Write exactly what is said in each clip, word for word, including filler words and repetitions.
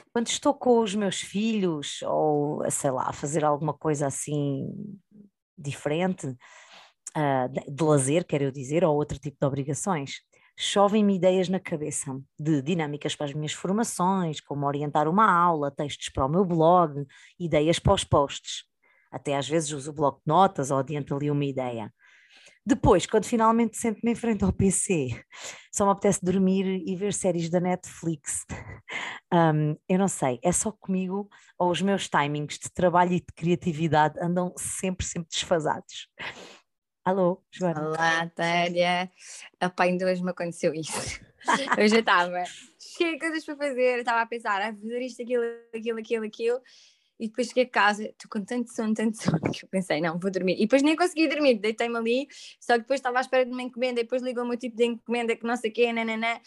quando estou com os meus filhos, ou sei lá, a fazer alguma coisa assim diferente, uh, de, de lazer, quero eu dizer, ou outro tipo de obrigações, chovem-me ideias na cabeça de dinâmicas para as minhas formações, como orientar uma aula, textos para o meu blog, ideias para os posts. Até às vezes uso o bloco de notas ou adianto ali uma ideia. Depois, quando finalmente sento-me em frente ao P C, só me apetece dormir e ver séries da Netflix. Um, eu não sei, é só comigo ou os meus timings de trabalho e de criatividade andam sempre, sempre desfasados. Alô, Joana? Olá, Tânia. Epá, ainda hoje me aconteceu isso. Hoje eu estava cheia de coisas para fazer, eu estava a pensar, a fazer isto, aquilo, aquilo, aquilo, aquilo, e depois cheguei a casa, estou com tanto sono, tanto sono, que eu pensei, não, vou dormir. E depois nem consegui dormir, deitei-me ali, só que depois estava à espera de uma encomenda, e depois ligou o meu tipo de encomenda, que não sei o quê, nananã,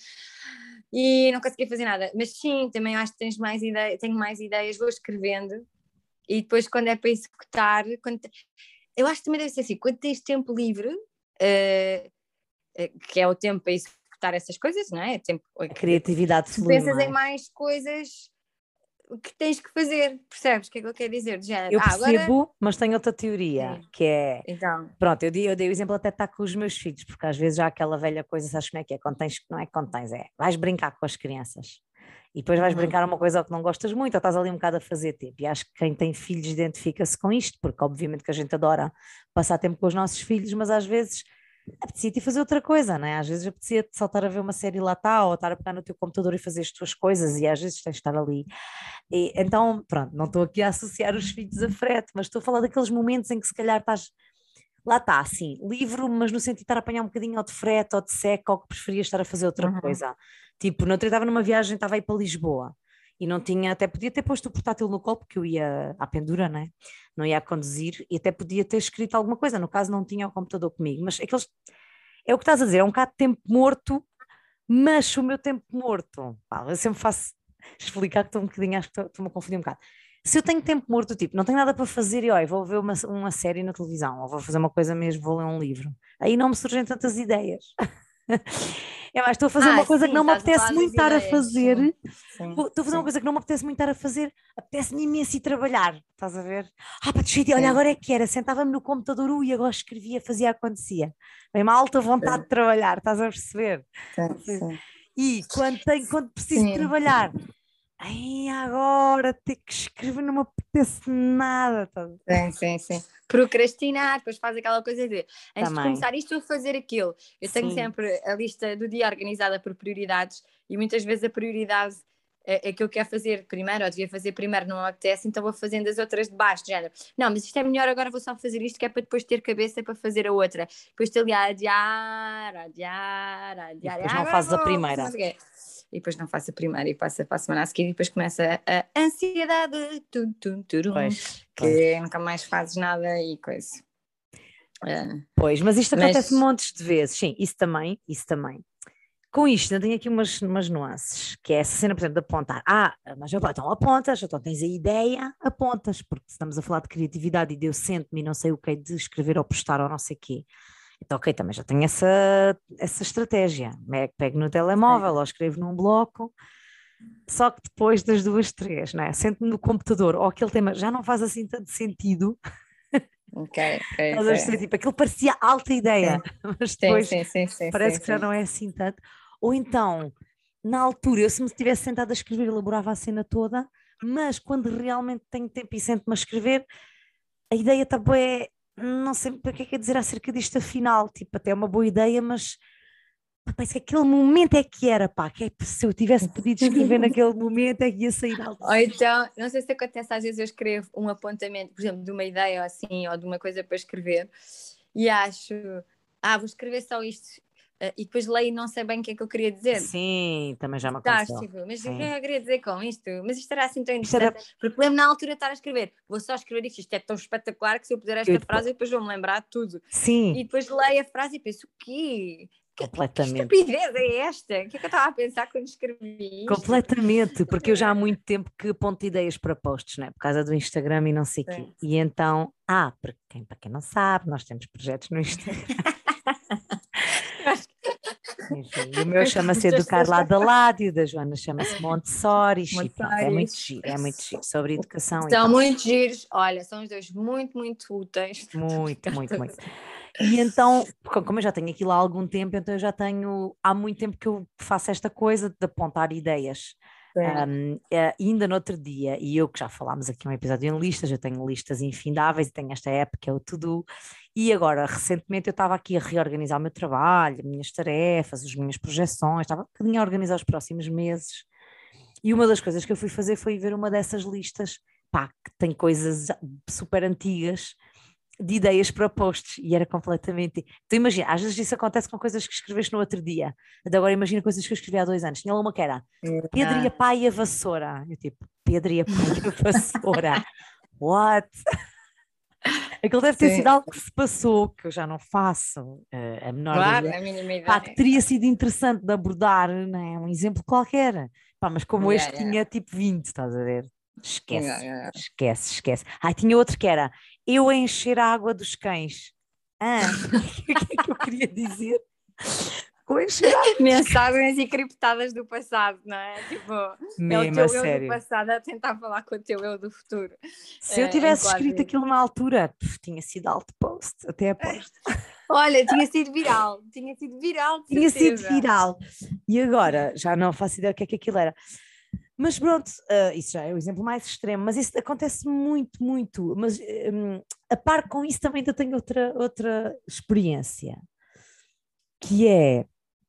e não consegui fazer nada. Mas sim, também acho que tens mais ideia, tenho mais ideias, vou escrevendo, e depois quando é para executar, quando... eu acho que também deve ser assim, quando tens tempo livre, uh, uh, que é o tempo para executar essas coisas, não é? Tempo, a criatividade tu flui, pensas não é? em mais coisas que tens que fazer, percebes o que é que eu quero dizer? De género, Eu ah, agora... percebo, mas tenho outra teoria, Sim. que é, Então, pronto, eu dei, eu dei o exemplo até estar com os meus filhos, porque às vezes já há aquela velha coisa, sabes como é que é, quando tens, não é quando tens, é, vais brincar com as crianças, e depois vais uhum. brincar uma coisa que não gostas muito, ou estás ali um bocado a fazer tempo, e acho que quem tem filhos identifica-se com isto, porque obviamente que a gente adora passar tempo com os nossos filhos, mas às vezes apetecia-te fazer outra coisa, não é? Às vezes apetecia-te saltar a ver uma série lá está, ou estar a pegar no teu computador e fazer as tuas coisas, e às vezes tens de estar ali. E, então, pronto, não estou aqui a associar os filhos a frete, mas estou a falar daqueles momentos em que se calhar estás, lá está, assim, livre, mas no sentido de estar a apanhar um bocadinho ou de frete ou de seca, ou que preferias estar a fazer outra Uhum. coisa. Tipo, no outro dia estava numa viagem, estava a ir para Lisboa, e não tinha, até podia ter posto o portátil no colo, porque eu ia à pendura, né? Não ia a conduzir, e até podia ter escrito alguma coisa, no caso não tinha o computador comigo, mas aqueles, é o que estás a dizer, é um bocado de tempo morto, mas o meu tempo morto, pá, eu sempre faço explicar que estou um bocadinho, acho que estou- estou-me a confundir um bocado. Se eu tenho tempo morto, tipo, não tenho nada para fazer e olha, vou ver uma, uma série na televisão, ou vou fazer uma coisa mesmo, vou ler um livro, aí não me surgem tantas ideias. É mais, estou a fazer Ah, uma coisa que sim, não me estás a apetece falar das muito estar a ideias, fazer, sim, sim, estou a fazer uma sim, coisa que não me apetece muito estar a fazer, apetece-me imenso ir trabalhar, estás a ver? Ah, pá, deixa eu olha, sim, agora é que era, sentava-me no computador, ui, agora escrevia, fazia, acontecia. Bem, uma alta vontade sim, de trabalhar, estás a perceber? sim, sim. E quando, tenho, quando preciso de Sim. trabalhar, ai, agora ter que escrever não me apetece nada. Tá? Sim, sim, sim. Procrastinar, depois faz aquela coisa de antes de Também, começar isto, vou fazer aquilo. Eu tenho sim. sempre a lista do dia organizada por prioridades e muitas vezes a prioridade é, é que eu quero fazer primeiro, ou devia fazer primeiro, não me apetece, então vou fazendo as outras de baixo, de género. Não, mas isto é melhor, agora vou só fazer isto, que é para depois ter cabeça para fazer a outra. Depois estou ali a adiar, a adiar, a E adiar, depois ah, não agora fazes a vou fazer primeira. não sei o quê. E depois não faço a primeira e passo para a semana a seguir e depois começa a ansiedade, tum, tum, turum, Pois, pois. que nunca mais fazes nada e coisa. É, Pois, mas isto acontece mas montes de vezes. Sim, isso também, isso também. Com isto, ainda tenho aqui umas, umas nuances, que é essa cena, por exemplo, de apontar. Ah, mas opa, então apontas, então tens a ideia, apontas, porque se estamos a falar de criatividade e de eu sento-me e não sei o que é de escrever ou postar ou não sei o quê. Então, ok, também já tenho essa, essa estratégia. Me- Pego no telemóvel ou escrevo num bloco, só que depois das duas, três, não é? Sento-me no computador ou aquele tema já não faz assim tanto sentido. ok, ok, Estás a perceber? ok. Tipo, aquilo parecia alta ideia, mas Sim, depois sim, sim, sim, sim, parece que já sim. não é assim tanto. Ou então, na altura, eu se me tivesse sentado a escrever, elaborava a cena toda, mas quando realmente tenho tempo e sento-me a escrever, a ideia está boa, não sei para que é que é dizer acerca disto afinal, tipo, até é uma boa ideia, mas pá, parece que aquele momento é que era, pá, que é, que se eu tivesse podido escrever naquele momento é que ia sair algo. Ou então, não sei se acontece, às vezes eu escrevo um apontamento, por exemplo, de uma ideia ou assim, ou de uma coisa para escrever, e acho, ah, vou escrever só isto, eh, e depois leio e não sei bem o que é que eu queria dizer. Sim, também já me Estás, aconteceu. tipo, mas o que é Sim. que eu queria dizer com isto? Mas isto era assim tão Isto era interessante, porque lembro na altura de estar a escrever, vou só escrever isto, isto é tão espetacular que se eu puser que eu esta depois. frase, eu depois vou-me lembrar de tudo. E Sim, depois leio a frase e penso, o quê? Que, que, que completamente. estupidez é esta? O que é que eu estava a pensar quando escrevi isto? Completamente, porque eu já há muito tempo que aponto ideias para posts, né? Por causa do Instagram e não sei o quê. Sim. E então, ah, para quem, para quem não sabe, nós temos projetos no Instagram. Enfim, e o meu chama-se Educar Lado a Lado e o da Joana chama-se Montessori. E pronto, é muito giro, é muito giro sobre educação e São tal. muito giros, olha, são os dois muito, muito úteis. Muito, muito, muito. E então, como eu já tenho aquilo há algum tempo, então eu já tenho, há muito tempo que eu faço esta coisa de apontar ideias. Um, é, ainda no outro dia, e eu que já falámos aqui um episódio em listas, eu tenho listas infindáveis e tenho esta app que é o To-Do, e agora recentemente eu estava aqui a reorganizar o meu trabalho, as minhas tarefas, as minhas projeções, estava um bocadinho a organizar os próximos meses, e uma das coisas que eu fui fazer foi ver uma dessas listas, pá, que tem coisas super antigas, de ideias para posts, e era completamente. Então imagina, às vezes isso acontece com coisas que escreveste no outro dia, até agora imagina coisas que eu escrevi há dois anos. Tinha lá uma que era Pedro e a pá e a vassoura. Eu tipo, Pedro e a pá e a vassoura. What? Aquilo deve ter Sim. sido algo que se passou, que eu já não faço uh, a menor Claro, ideia. a mínima ideia. Pá, que teria sido interessante de abordar, não é? Um exemplo qualquer. Pá, mas como Yeah, este yeah. tinha tipo vinte, estás a ver? Esquece, Yeah, yeah. esquece, esquece. Ai, tinha outro que era eu a encher a água dos cães. Ah, o que é que eu queria dizer? Com encher a água dos Mensagens encriptadas do passado, não é? Tipo, Mesmo, é o teu a eu sério. do passado a tentar falar com o teu eu do futuro. Se eu É, tivesse em quase escrito isso. aquilo na altura, puf, tinha sido alt post, até aposto. Olha, tinha sido viral, tinha sido viral, de Tinha sido certeza. viral. E agora já não faço ideia do que é que aquilo era. Mas pronto, uh, isso já é o exemplo mais extremo, mas isso acontece muito, muito. Mas um, a par com isso também ainda tenho outra, outra experiência, que é,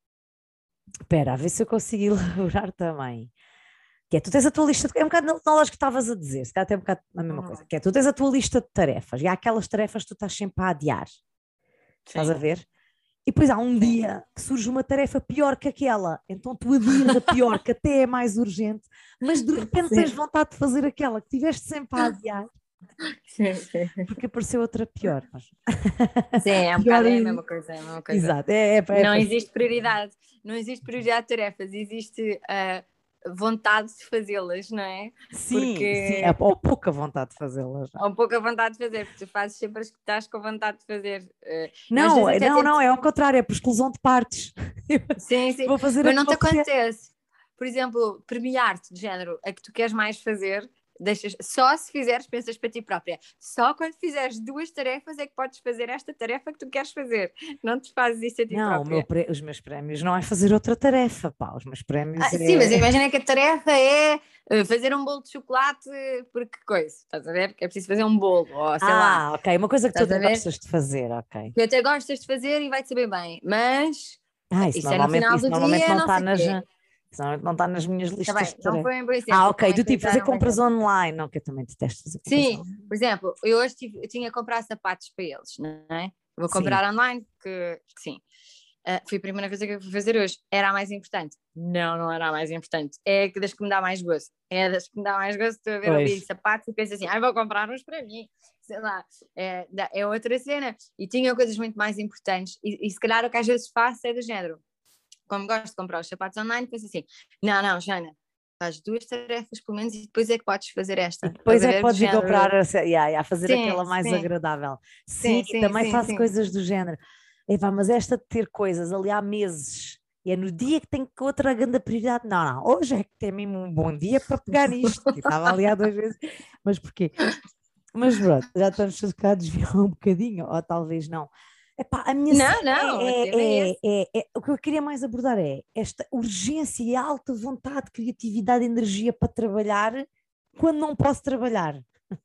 espera, a ver se eu consigo elaborar também, que é, tu tens a tua lista, de, é um bocado na, na lógica que estavas a dizer, se calhar até um bocado a mesma Hum. coisa, que é, tu tens a tua lista de tarefas, e há aquelas tarefas que tu estás sempre a adiar, estás a ver? E depois há um Sim. dia que surge uma tarefa pior que aquela, então tu adias a pior, que até é mais urgente, mas de repente Sim. tens vontade de fazer aquela que tiveste sempre a adiar, Sim, sim. porque apareceu outra pior. Mas... Sim, é um pior bocado é a e- mesma coisa, é a mesma coisa. Exato, é, é, é, Não é- existe prioridade, não existe prioridade de tarefas, existe a vontade de fazê-las, não é? sim, Porque sim, há ou pouca vontade de fazê-las. há um pouco a vontade de fazer, porque tu fazes sempre as que estás com vontade de fazer. Eh, eu às Não, vezes até não, tento- não, é ao contrário, é por exclusão de partes. Sim, sim, Vou fazer a mas que não te me apetece. acontece. Por exemplo, premiar-te de género, a que tu queres mais fazer, deixas, só se fizeres, pensas para ti própria. Só quando fizeres duas tarefas é que podes fazer esta tarefa que tu queres fazer. Não te fazes isso a ti Não, o meu própria. pré- os meus prémios não é fazer outra tarefa, pá, os meus prémios Ah, é... sim, mas imagina que a tarefa é uh, fazer um bolo de chocolate, porque coisa, estás a ver? Porque é preciso fazer um bolo, ou sei lá, Ah, ok, uma coisa que tu estás a até ver? gostas de fazer, ok. Que até gostas de fazer e vai-te saber bem, mas Ah, uh, isso isso é no normalmente, final isso do normalmente dia, não não está sei o nas, quê. isso normalmente não está nas minhas Está listas de bem, não tarefa. foi um bom exemplo. Ah, estou a ok, do tipo explicar fazer um compras exemplo. online, não, que eu também detesto fazer compras Sim, online. por exemplo, eu hoje tive, eu tinha que comprar sapatos para eles, não é? Vou Sim. comprar online, porque sim. Uh, foi a primeira coisa que eu fui fazer hoje. Era a mais importante? Não, não era a mais importante. É que das que me dá mais gosto. É das que me dá mais gosto. Estou a ver Pois. ali sapatos e penso assim, ah, vou comprar uns para mim. Sei lá, é, dá- é outra cena. E tinha coisas muito mais importantes. E, e se calhar o que às vezes faço é do género. Como gosto de comprar os sapatos online, penso assim, não, não, Jana, faz duas tarefas pelo menos e depois é que podes fazer esta. E depois Estás a é que ver? Do podes ir género. comprar, a, yeah, yeah, fazer Sim, aquela mais sim, agradável. Sim, sim, sim, também sim, faço sim. coisas do género. Epá, mas esta de ter coisas ali há meses, e é no dia que tem outra grande prioridade. Não, não, hoje é que tem mesmo um bom dia para pegar nisto. E estava ali há duas vezes. Mas porquê? Mas pronto, já estamos a ficar a desviar um bocadinho, ou talvez não. Epá, a minha Não, cena não, o é, tema é é, esse. é, é- é- o que eu queria mais abordar é esta urgência e alta vontade, criatividade, energia para trabalhar quando não posso trabalhar.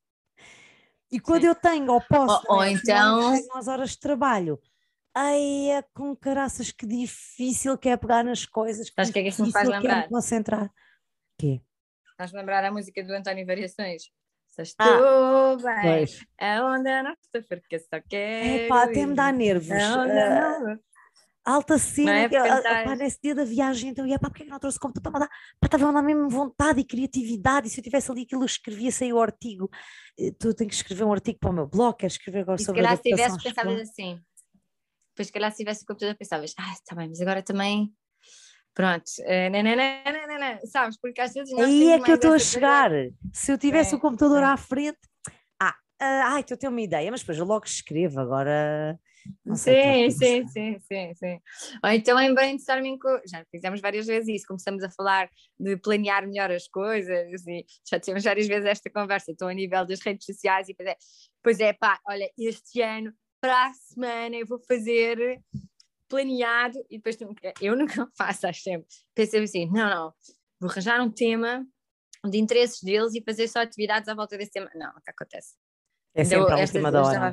E quando Sim. eu tenho ou posso, Ou, não ou é? Finalmente então, chegam às horas de trabalho. Ai, é com caraças, que difícil que é pegar nas coisas, que sabes o que é que isso me faz difícil que é me lembrar? concentrar. Quê? Faz-me lembrar a música do António Variações. Só Ah, estou bem, pois. a onda não estou porque só Epá, quero até me dá ir. nervos. A onda Ah, não... alta Não cena, é que, para ah, cantar. pá, nesse dia da viagem, então, ia, pá, porque é que não trouxe o computador? Pá, estava a dar mesmo vontade e criatividade, e se eu tivesse ali aquilo, eu escrevia, saiu o artigo. Eh, Tu tens que escrever um artigo para o meu blog, quero escrever agora E se sobre calhar se adaptação tivesse, pensavas escolar. assim. Depois se calhar se tivesse o computador, pensavas, ah, está bem, mas agora também... Pronto. eh, nananana, nananana, sabes? Porque às vezes nós Aí temos é que eu mais estou a essa coisa... chegar. Se eu tivesse o Sim, computador sim. à frente, ah, ah, ai, estou a ter uma ideia, mas depois eu logo escrevo agora. Não sei, Sim, sim, sim, sim, sim. Ou então em brainstorming, co- já fizemos várias vezes isso, começamos a falar de planear melhor as coisas e já tivemos várias vezes esta conversa, então a nível das redes sociais e pois é, pois é pá, olha, este ano, para a semana eu vou fazer planeado e depois tu, eu nunca faço, acho sempre, pensei assim, não, não, vou arranjar um tema de interesses deles e fazer só atividades à volta desse tema. Não, o que acontece? é Ainda sempre à esta, última hoje da hora. estava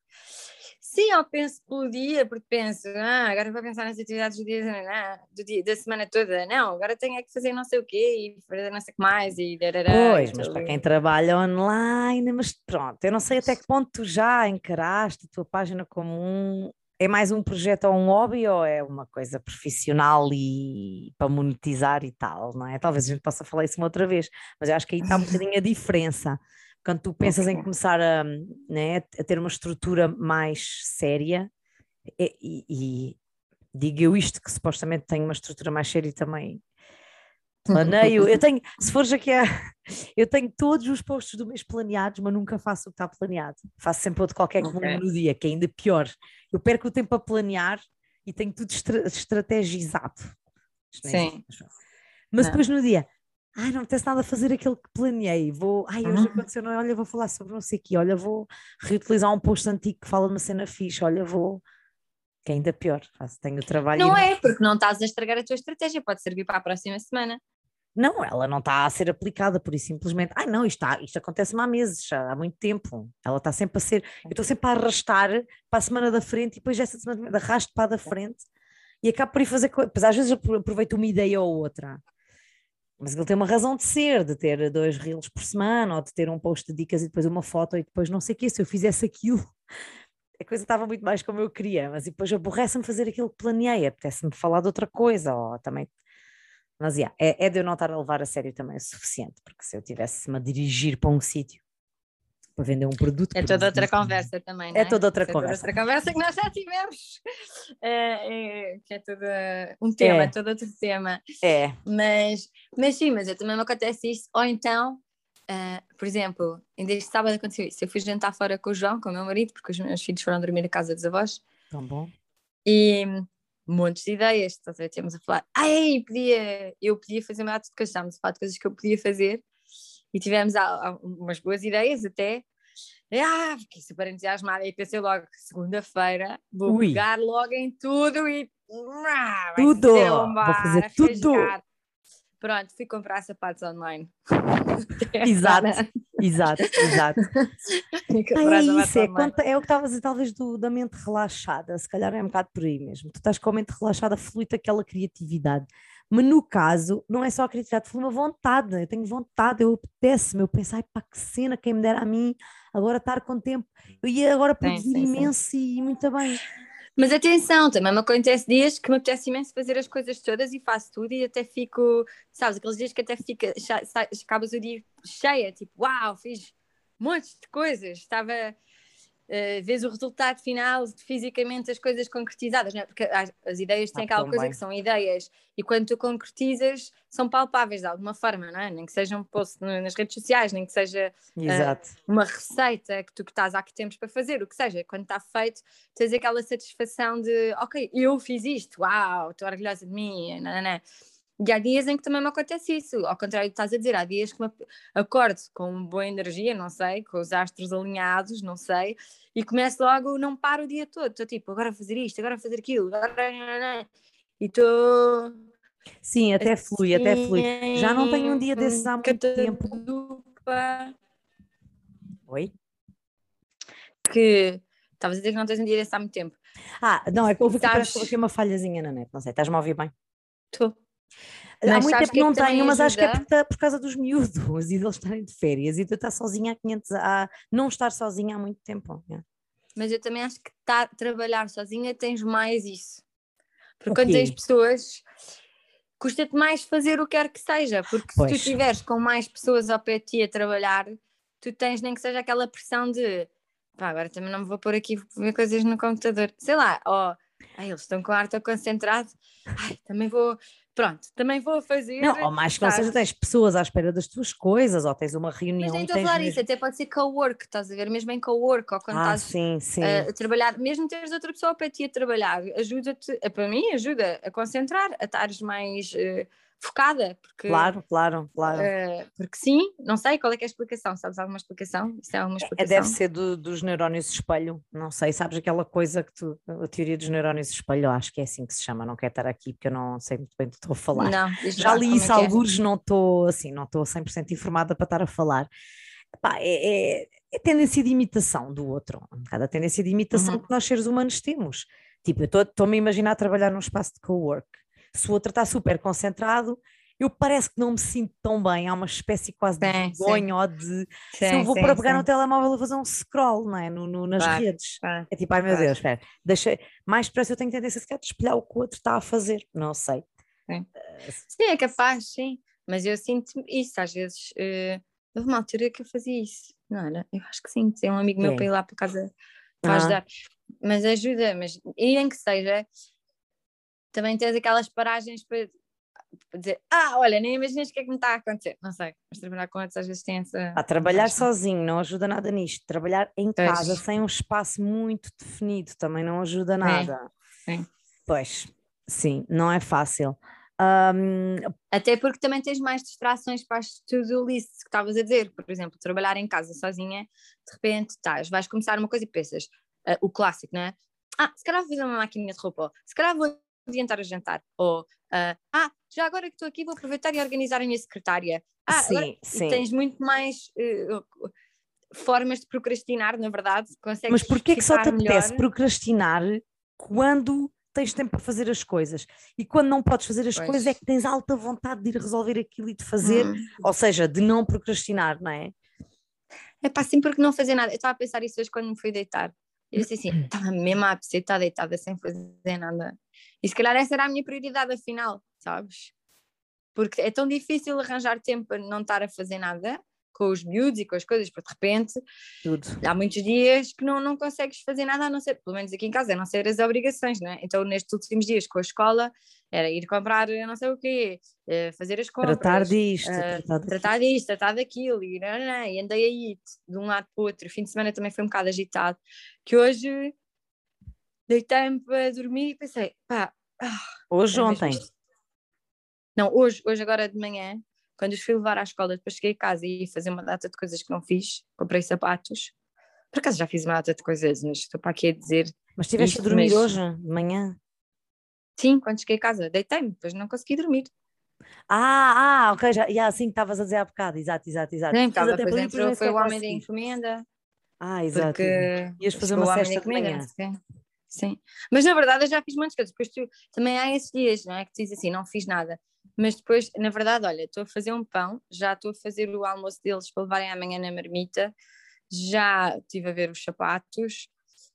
sim, eu penso pelo dia, porque penso, ah, agora vou pensar nas atividades do dia, não, do dia da semana toda, não, agora tenho é que fazer não sei o quê e fazer não sei o que mais e darará, e Pois, tô mas para ali. quem trabalha online, mas pronto, eu não sei até que ponto tu já encaraste a tua página como um. É mais um projeto ou um hobby ou é uma coisa profissional e para monetizar e tal, não é? Talvez a gente possa falar isso uma outra vez, mas eu acho que aí está um bocadinho a diferença. Quando tu pensas em Ok. começar a, né, a ter uma estrutura mais séria, e, e- e digo eu isto que supostamente tenho uma estrutura mais séria e também planeio, eu tenho, se fores aqui a, eu tenho todos os postos do mês planeados, mas nunca faço o que está planeado. Faço sempre outro qualquer que me lembro Ok. no dia, que é ainda pior. Eu perco o tempo a planear e tenho tudo estra estrategizado. Isto não existe. Sim, Mas não. depois no dia, ai, não me apetece nada fazer aquilo que planeei. Vou, ai, hoje Uhum. aconteceu, não, é? Olha, vou falar sobre não sei o quê, olha, vou reutilizar um post antigo que fala de uma cena fixe, olha, vou, que é ainda pior. Faço, tenho o trabalho e Não não. é, porque não estás a estragar a tua estratégia, pode servir para a próxima semana. Não, ela não está a ser aplicada, por isso simplesmente. Ai, não, isto, está, isto acontece-me há meses, já, há muito tempo. Ela está sempre a ser. Eu estou sempre a arrastar para a semana da frente e depois essa semana arrasto para a da frente e acabo por ir fazer coisas. Às vezes eu aproveito uma ideia ou outra, mas ele tem uma razão de ser, de ter dois reels por semana ou de ter um post de dicas e depois uma foto e depois não sei o quê. Se eu fizesse aquilo, a coisa estava muito mais como eu queria, mas depois aborrece-me fazer aquilo que planeei, apetece-me falar de outra coisa ou também. Mas yeah, é, é de eu não estar a levar a sério também o suficiente, porque se eu tivesse-me a dirigir para um sítio para vender um produto, É por toda outra exemplo, conversa também, não é é? toda outra Isso é toda conversa. outra conversa que nós já tivemos. É, é, que é toda um tema, é É, todo outro tema. é. Mas, mas sim, mas eu também me acontece isso. Ou então, ah, por exemplo, ainda este sábado aconteceu isso. Eu fui jantar fora com o João, com o meu marido, porque os meus filhos foram dormir na casa dos avós. Tão bom. E montes de ideias, estás a ver? Tínhamos a falar, ai, podia, eu podia fazer uma arte de educação, estávamos a falar de coisas que eu podia fazer e tivemos ah, ah, umas boas ideias até. E, ah, fiquei super entusiasmada e pensei logo, segunda-feira vou Ui, pegar logo em tudo e ah, vai tudo! ser a Vou bombar, fazer a tudo! rasgar. Pronto, fui comprar sapatos online. Exato, exato, exato. Fui Ah, é comprar sapatos isso, é, online. quando, é o que estavas a dizer, talvez do, da mente relaxada, se calhar é um bocado por aí mesmo. Tu estás com a mente relaxada, flui-te aquela criatividade. Mas no caso, não é só a criatividade, flui uma vontade. Eu tenho vontade, eu apetece-me, eu penso, ai pá, que cena, quem me dera a mim, agora estar com tempo. Eu ia agora Sim, produzir sim, sim. imenso e muito bem. Mas atenção, também me acontece dias que me apetece imenso fazer as coisas todas e faço tudo e até fico, sabes, aqueles dias que até fica, cha- sa- acabas o dia cheia, tipo, uau, fiz montes de coisas, estava, uh, vês o resultado final de fisicamente as coisas concretizadas, não é? Porque as, as ideias têm Ah, aquela tão coisa bem. que são ideias e quando tu concretizas são palpáveis de alguma forma, não é? Nem que seja um post no- nas redes sociais, nem que seja uh, Exato. uma receita que tu que estás há que tempos para fazer, o que seja, quando está feito, tens aquela satisfação de, ok, eu fiz isto, uau, estou orgulhosa de mim, não, não, não. E há dias em que também me acontece isso, ao contrário do que estás a dizer, há dias que me acordo com boa energia, não sei, com os astros alinhados, não sei, e começo logo, não paro o dia todo, estou tipo, agora a fazer isto, agora a fazer aquilo, agora... E estou Sim, até flui, até assim flui. Já não tenho um em dia desses há muito tempo. catadupa Oi? que estavas a dizer que não tens um dia desse há muito tempo. Ah, não, é que houve aqui, parece que houve aqui Sabes? uma falhazinha na net, não sei, estás-me a ouvir bem? Estou. Há Mas muito sabes tempo o que é não que tenho, também mas acho que é ajuda? por, por causa dos miúdos e deles estarem de férias e de eu estar sozinha há quinhentos, a não estar sozinha há muito tempo. Yeah. Mas eu também acho que tá, trabalhar sozinha tens mais isso. Porque O quando tens quê? pessoas, custa-te mais fazer o que quer que seja. Porque se tu Pois, estiveres com mais pessoas ao pé de ti a trabalhar, tu tens nem que seja aquela pressão de pá, agora também não me vou pôr aqui a ver coisas no computador. Sei lá, ó, ai, eles estão com ar, estou concentrado. Ai, também vou pronto, também vou fazer. Não, ou mais que não seja, tens pessoas à espera das tuas coisas, ou tens uma reunião. Mas nem e estou a tens falar mesmo... isso, até pode ser co-work, estás a ver? Mesmo em co-work, ou quando Ah, estás sim, sim. uh, a trabalhar, mesmo teres outra pessoa para ti a trabalhar, ajuda-te, para mim, ajuda a concentrar, a estares mais uh, focada, porque, Claro, claro, claro. uh, porque sim, não sei qual é que é a explicação, sabes alguma explicação? Isso é alguma É, explicação? deve ser do, dos neurónios de espelho, não sei, sabes aquela coisa que tu, a teoria dos neurónios de espelho, eu acho que é assim que se chama, não quero estar aqui porque eu não sei muito bem do que estou a falar. Não, diz Já lá, li como isso é que é? algures, não estou assim, não estou cem por cento informada para estar a falar. Epá, é, é, é tendência de imitação do outro, um bocado a tendência de imitação Uhum. que nós seres humanos temos. Tipo, eu estou-me a imaginar trabalhar num espaço de co-work, se o outro está super concentrado, eu parece que não me sinto tão bem, há uma espécie quase de Sim, vergonha sim. ou de... Se eu Sim, vou para sim, pegar no sim. telemóvel a fazer um scroll, não é? No, no- nas Claro, redes. claro, É tipo, ai meu claro. Deus, espera, deixa... mais depressa eu tenho tendência sequer de espelhar o que o outro está a fazer, não sei. Sim. Sim, é capaz, sim. Mas eu sinto isso, às vezes. Uh, houve uma altura que eu fazia isso, não era? Eu acho que sim, tem um amigo meu É. para ir lá para casa para Ah, ajudar. Mas ajuda, mas e nem que seja, também tens aquelas paragens para, para dizer, ah, olha, nem imaginas o que é que me está a acontecer. Não sei, mas trabalhar com outros às vezes tem essa a trabalhar vantagem. sozinho não ajuda nada nisto. Trabalhar em Pois. casa sem um espaço muito definido também não ajuda Sim, nada. sim. Pois, sim, não é fácil. Ahm, Até porque também tens mais distrações para as to-do lists que estavas a dizer. Por exemplo, trabalhar em casa sozinha, de repente estás, vais começar uma coisa e pensas, uh, o clássico, não é? Ah, se calhar vou fazer uma máquina de roupa, ou se calhar vou adiantar a jantar, ou uh, ah, já agora que estou aqui vou aproveitar e organizar a minha secretária. Ah, agora... sim, E sim. tens muito mais uh, formas de procrastinar, na verdade, consegues Mas porquê é que só te apetece melhor. procrastinar quando tens tempo para fazer as coisas? E quando não podes fazer as Pois. coisas é que tens alta vontade de ir resolver aquilo e de fazer, Hum. ou seja, de não procrastinar, não é? É pá, sim, porque não fazer nada. Eu estava a pensar isso hoje quando me fui deitar. Eu disse assim, estava mesmo a apetecer estar deitada sem fazer nada. E se calhar essa era a minha prioridade afinal, sabes? Porque é tão difícil arranjar tempo para não estar a fazer nada com os miúdos e com as coisas, porque de repente Tudo. há muitos dias que não, não consegues fazer nada a não ser, pelo menos aqui em casa, a não ser as obrigações, não é? Então nestes últimos dias com a escola era ir comprar não sei o quê, fazer as compras, Tratar disto, uh, tratar daquilo. tratar disto, tratar daquilo, e, não, não, e andei aí de um lado para o outro. O fim de semana também foi um bocado agitado, que hoje deitei-me para dormir e pensei, pá, ah, Hoje, é mesmo ontem. isto. Não, hoje, hoje agora de manhã, quando os fui levar à escola, depois cheguei a casa e ia fazer uma data de coisas que não fiz, comprei sapatos. Por acaso já fiz uma data de coisas, mas estou para aqui a dizer. Mas estiveste a isto, dormir mas... hoje, de manhã? Sim, quando cheguei a casa, deitei-me, depois não consegui dormir. Ah, ah, ok, já, já assim que estavas a dizer há bocado, exato, exato, exato. Nem Tinhas estava, até depois para depois entrou, nem foi sequer o homem da conseguiste. encomenda, Ah, exato. porque Ias fazer chegou uma o homem da cesta de encomenda, não manhã. sei o quê. Sim, mas na verdade eu já fiz muitas coisas, depois tu, também há esses dias, não é, que tu dizes assim, não fiz nada, mas depois, na verdade, olha, estou a fazer um pão, já estou a fazer o almoço deles para levarem amanhã na marmita, já estive a ver os sapatos,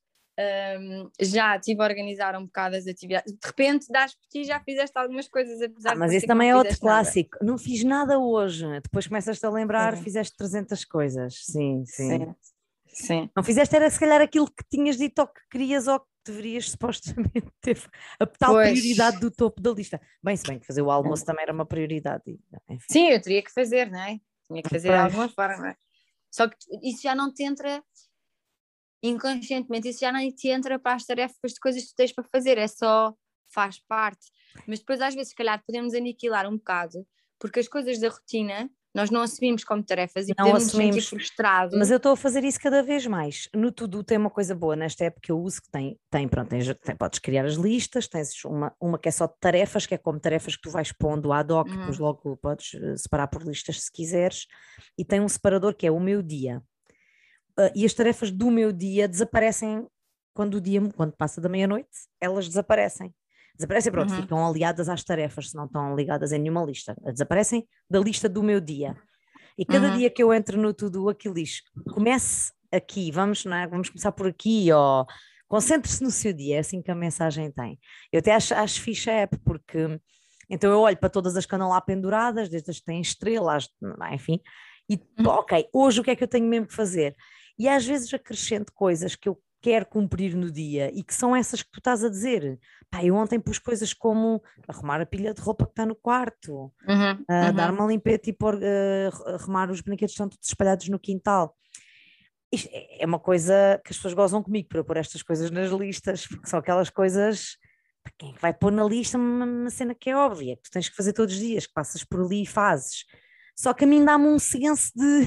um, já estive a organizar um bocado as atividades, de repente dás por ti já fizeste algumas coisas, apesar Ah, de mas parecer esse que não também é outro fizeste nada. clássico. Não fiz nada hoje. Depois começas-te a lembrar, Sim, fizeste trezentas coisas. Sim, sim. sim, sim. Não fizeste era se calhar aquilo que tinhas dito ou que querias ou que deverias supostamente ter. A tal Pois, prioridade do topo da lista. Bem, se bem que fazer o almoço também era uma prioridade. Enfim. sim, eu teria que fazer, não é? Tinha que fazer de Pois. alguma forma. Só que isso já não te entra inconscientemente, isso já não te entra para as tarefas de coisas que tu tens para fazer, é só faz parte. Mas depois às vezes se calhar podemos aniquilar um bocado, porque as coisas da rotina nós não assumimos como tarefas e Não podemos nos sentir assumimos. frustrados. Mas eu estou a fazer isso cada vez mais. No To-Do tem uma coisa boa nesta época que eu uso, que tem, tem pronto, tens, tem, podes criar as listas, tens uma, uma que é só de tarefas, que é como tarefas que tu vais pondo ad hoc, Uhum. depois logo podes separar por listas se quiseres, e tem um separador que é o meu dia. Uh, e as tarefas do meu dia desaparecem quando o dia, quando passa da meia-noite, elas desaparecem. Desaparecem, pronto, Uhum. ficam aliadas às tarefas, se não estão ligadas em nenhuma lista. Desaparecem da lista do meu dia. E cada Uhum. dia que eu entro no To-Do, aquilo diz, comece aqui, vamos, não é? Vamos começar por aqui, ou concentre-se no seu dia, é assim que a mensagem tem. Eu até acho, acho fixe a app, porque então eu olho para todas as que andam lá penduradas, desde as que têm estrelas, enfim, e Uhum. ok, hoje o que é que eu tenho mesmo que fazer? E às vezes acrescento coisas que eu quer cumprir no dia e que são essas que tu estás a dizer. Pá, eu ontem pus coisas como arrumar a pilha de roupa que está no quarto, Uhum, uh, uhum. dar uma limpeza, tipo, uh, arrumar os brinquedos que estão todos espalhados no quintal. Isto é uma coisa que as pessoas gozam comigo para eu pôr estas coisas nas listas, porque são aquelas coisas. Para quem é que vai pôr na lista uma, uma cena que é óbvia, que tu tens que fazer todos os dias, que passas por ali e fazes. Só que a mim dá-me um senso de.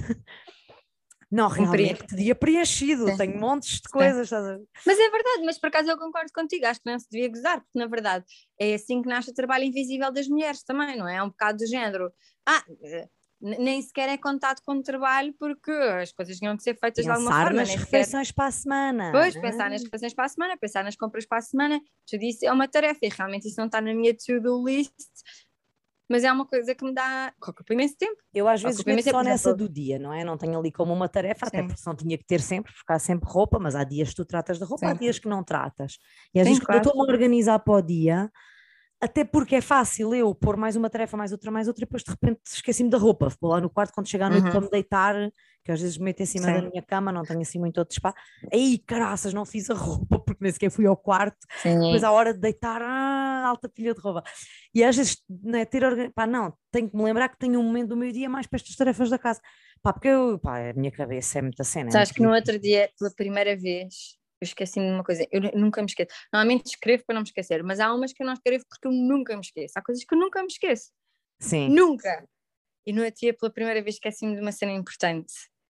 Não, realmente, que dia preenchido, Sim. tenho montes de Sim. coisas. Estás a... Mas é verdade, mas por acaso eu concordo contigo, acho que não se devia gozar, porque na verdade é assim que nasce o trabalho invisível das mulheres também, não é? É um bocado do género. Ah, nem sequer é contado como trabalho porque as coisas tinham que ser feitas Pensar de alguma forma. nas Nem refeições sequer... para a semana. Pois, pensar nas refeições para a semana, pensar nas compras para a semana, tudo isso é uma tarefa e realmente isso não está na minha to-do list, mas é uma coisa que me dá, ocupa imenso tempo. Eu às vezes meto só nessa exemplo... do dia, não é? Não tenho ali como uma tarefa, Sim. até porque não tinha que ter sempre, porque há sempre roupa, mas há dias que tu tratas de roupa, Sim. há dias que não tratas. E às Sim, vezes claro. quando eu estou-me a organizar para o dia, até porque é fácil eu pôr mais uma tarefa, mais outra, mais outra, e depois de repente esqueci-me da roupa, vou lá no quarto quando chega à noite uhum. para me deitar, que às vezes me meto em cima Sim. da minha cama, não tenho assim muito outro espaço, aí caraças, não fiz a roupa, porque nem sequer fui ao quarto, Sim. depois à hora de deitar, ah, alta pilha de roupa. E às vezes, né, ter organ... pá, não, tenho que me lembrar que tenho um momento do meio-dia mais para estas tarefas da casa, pá, porque eu, pá, a minha cabeça é muita cena. Sabes que no outro dia, pela primeira vez, eu esqueci-me de uma coisa, eu nunca me esqueço. Normalmente escrevo para não me esquecer, mas há umas que eu não escrevo porque eu nunca me esqueço. Há coisas que eu nunca me esqueço. Sim. Nunca! E no outro dia, pela primeira vez, esqueci-me de uma cena importante.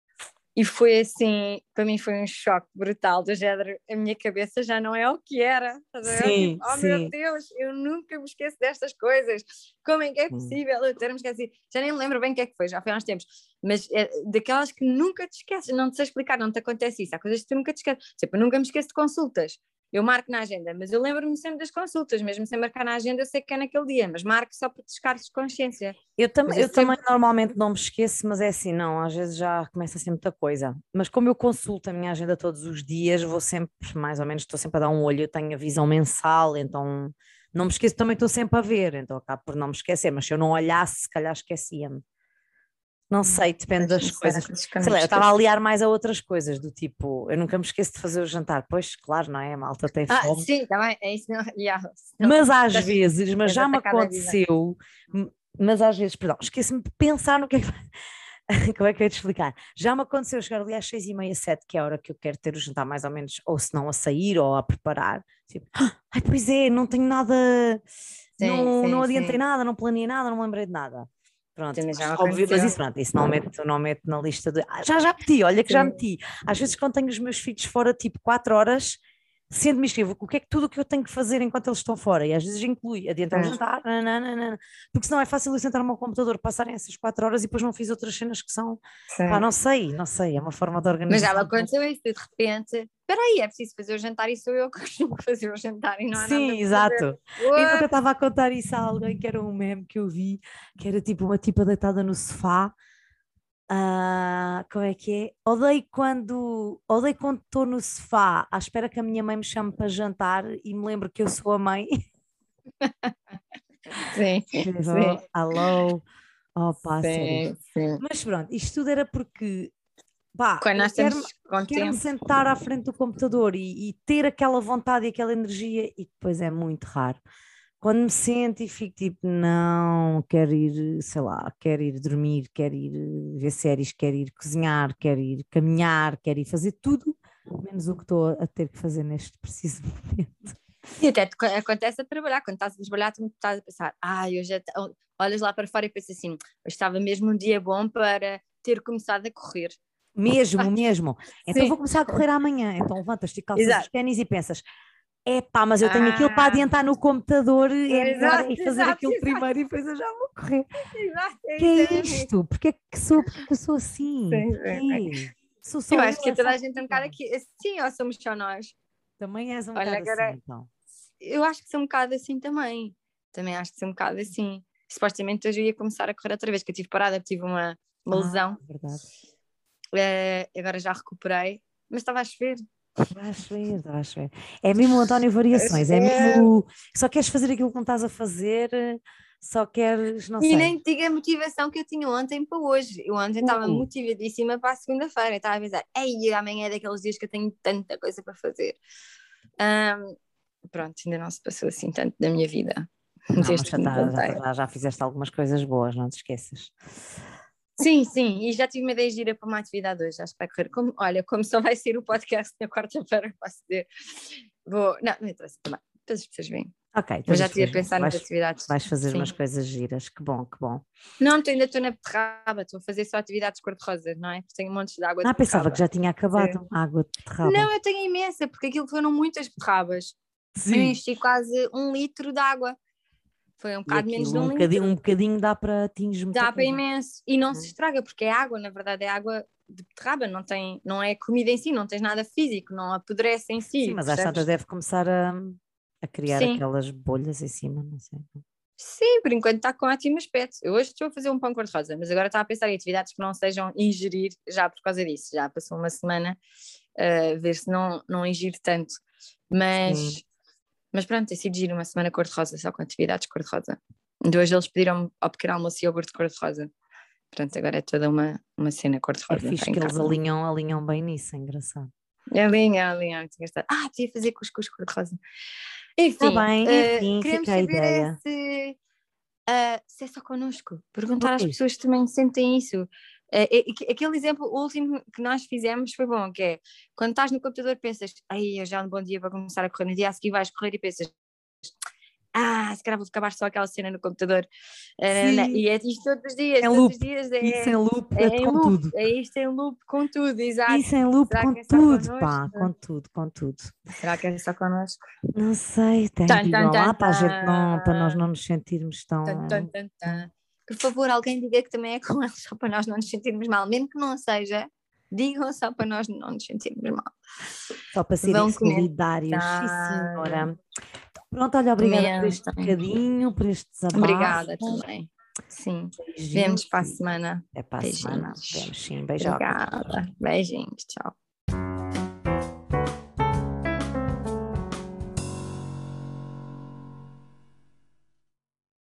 E foi assim, para mim foi um choque brutal do género, a minha cabeça já não é o que era. Sim, tipo, oh sim. meu Deus, eu nunca me esqueço destas coisas. Como é que é possível eu ter-me esquecido? Já nem me lembro bem o que é que foi, já foi há uns tempos. Mas é daquelas que nunca te esqueces, não te sei explicar, não te acontece isso. Há coisas que tu nunca te esqueces. Tipo, eu nunca me esqueço de consultas. Eu marco na agenda, mas eu lembro-me sempre das consultas, mesmo sem marcar na agenda, eu sei que é naquele dia, mas marco só para descargo de consciência. Eu, tam eu eu também sempre... normalmente não me esqueço, mas é assim, não, às vezes já começa a ser muita coisa. Mas como eu consulto a minha agenda todos os dias, vou sempre, mais ou menos, estou sempre a dar um olho, eu tenho a visão mensal, então não me esqueço, também estou sempre a ver, então acabo por não me esquecer, mas se eu não olhasse, se calhar esquecia-me. Não sei, depende das coisas. Sei lá, eu estava a aliar mais a outras coisas, do tipo, eu nunca me esqueço de fazer o jantar. Pois, claro, não é? A malta tem ah, fome. sim, está bem, é isso. Não, yeah, mas às vezes, mas já me aconteceu, vida. mas às vezes, perdão, esqueço-me de pensar no que é que... Como é que eu ia te explicar? Já me aconteceu chegar ali às seis e meia, sete, que é a hora que eu quero ter o jantar mais ou menos, ou se não a sair ou a preparar. Tipo, ai, pois é, não tenho nada, sim, não, sim, não adiantei sim. nada, não planeei nada, não me lembrei de nada. Pronto, Já óbvio, mas isso, pronto, isso não meto, não meto na lista de. Ah, já, já meti, olha que sim. já meti. Às vezes, quando tenho os meus filhos fora, tipo quatro horas, sendo-me escrevo o que é que tudo o que eu tenho que fazer enquanto eles estão fora, e às vezes inclui adiantar o jantar, nananana, porque senão é fácil eu sentar no meu computador, passarem essas quatro horas e depois não fiz outras cenas que são. Pá, não sei, não sei, é uma forma de organização. Mas já me aconteceu isso, de repente, espera aí, é preciso fazer o jantar e sou eu que costumo fazer o jantar e não há Sim, nada exato. E nunca estava a contar isso a alguém, que era um meme que eu vi, que era tipo uma tipa deitada no sofá. Uh, como é que é? Odeio quando odeio quando estou no sofá à espera que a minha mãe me chame para jantar e me lembro que eu sou a mãe. Sim, Digo, sim. alô, opa, sim, sério. Sim. Mas pronto, isto tudo era porque pá, quando nós quero-me estamos quero sentar à frente do computador e, e ter aquela vontade e aquela energia, e depois é muito raro. Quando me sento e fico tipo, não, quero ir, sei lá, quero ir dormir, quero ir ver séries, quero ir cozinhar, quero ir caminhar, quero ir fazer tudo, menos o que estou a ter que fazer neste preciso momento. E até acontece a trabalhar, quando estás a trabalhar, tu estás a pensar, ah, eu já olhas lá para fora e pensas assim, estava mesmo um dia bom para ter começado a correr. Mesmo, mesmo. Então Sim. vou começar a correr amanhã. Então levantas-te, calças os ténis e pensas, é pá, mas eu tenho ah, aquilo para adiantar no computador, é melhor exato, é fazer exato, aquilo exato. primeiro e depois eu já vou correr. Exato, é que isso, é isto? Porquê que sou, porquê que eu sou assim? Sim, Porquê? Sou só eu eu, acho que é toda só a gente é um bocado aqui, sim, ou somos só nós. Também és um Olha, bocado agora, assim, então. Eu acho que sou um bocado assim também. Também acho que sou um bocado assim. Supostamente hoje eu ia começar a correr outra vez, que eu tive parada, tive uma, uma ah, lesão. Verdade. Uh, agora já recuperei, mas estava a chover. Estava a chover, estava a chover. É mesmo o António Variações, é mesmo. Só queres fazer aquilo que não estás a fazer, só queres, não E sei. nem te digo a motivação que eu tinha ontem para hoje. Eu ontem estava Uh. motivadíssima para a segunda-feira. Eu estava a pensar, ei, amanhã é daqueles dias que eu tenho tanta coisa para fazer. Um, pronto, ainda não se passou assim tanto da minha vida. Não, mas Desde já, que me tá, já, levantei. tá- já fizeste algumas coisas boas, não te esqueças. Sim, sim, e já tive uma ideia gira para uma atividade hoje, acho que vai correr. Como, olha, como só vai ser o podcast na quarta-feira, posso dizer. Vou. Não, não interessa também, todas as pessoas vêm. Ok, Mas todas já as estive a pessoas pensar nas vais, atividades. vais fazer Sim. umas coisas giras, que bom, que bom. Não, tu ainda estou na beterraba, estou a fazer só atividades cor-de-rosa, não é? Porque tenho montes de água de Ah, pensava beterraba. que já tinha acabado a água de beterraba. Não, eu tenho imensa, porque aquilo foram muitas beterrabas. Eu Sim. enchi quase um litro de água. Foi um E bocado menos de aquilo, um um litro. bocadinho, um bocadinho dá para atingir muita Dá para coisa. imenso. E não se Hum. estraga, porque é água, na verdade é água de beterraba, não, tem, não é comida em si, não tens nada físico, não apodrece em si. Sim, mas às tantas percebes? deve começar a, a criar Sim. aquelas bolhas em cima, não sei. Sim, por enquanto está com ótimo aspecto. Eu hoje estou a fazer um pão cor-de-rosa, mas agora estava a pensar em atividades que não sejam ingerir já por causa disso. Já passou uma semana a ver se não, não ingiro tanto. Mas, Sim. mas pronto, tem sido giro uma semana cor-de-rosa, só com atividades cor-de-rosa. De hoje eles pediram ao pequeno almoço iogurte cor-de-rosa. Portanto, agora é toda uma, uma cena É cor-de-rosa. fixe que eles alinham, alinham bem nisso, é engraçado. É alinha, é alinha, muito engraçado. Ah, podia fazer cuscuz cor-de-rosa. Está Enfim, bem, uh, enfim, queremos fica a saber é ideia. se, uh, se é só connosco. Perguntar às Pois. pessoas que também sentem isso. Uh, aquele exemplo último que nós fizemos foi bom, que é quando estás no computador pensas, ai, já é um bom dia para começar a correr, no dia a seguir vais correr e pensas, ah, se calhar vou acabar só aquela cena no computador. Uh, e é isto todos os dias, Em todos loop. os dias é, Isso em loop, é, é em com loop, tudo. é isto em loop com tudo, exato. Isso em loop Será com que é só tudo, connosco? pá, com tudo, com tudo. Será que é só connosco? Não sei, tem, Tan, tan, digam lá tan, para a gente não, para nós tan. não nos sentirmos tão. Tan, tan, tan, tan. Por favor, alguém diga que também é com eles, só para nós não nos sentirmos mal, mesmo que não seja, digam só para nós não nos sentirmos mal. Só para serem Vão solidários, sim senhora. Pronto, olha, obrigada por este bocadinho, por este desabafo. Obrigada também. Sim. Vemos para a semana. Até para a semana. Vemos sim. Beijocas. Obrigada. Beijinhos. Tchau.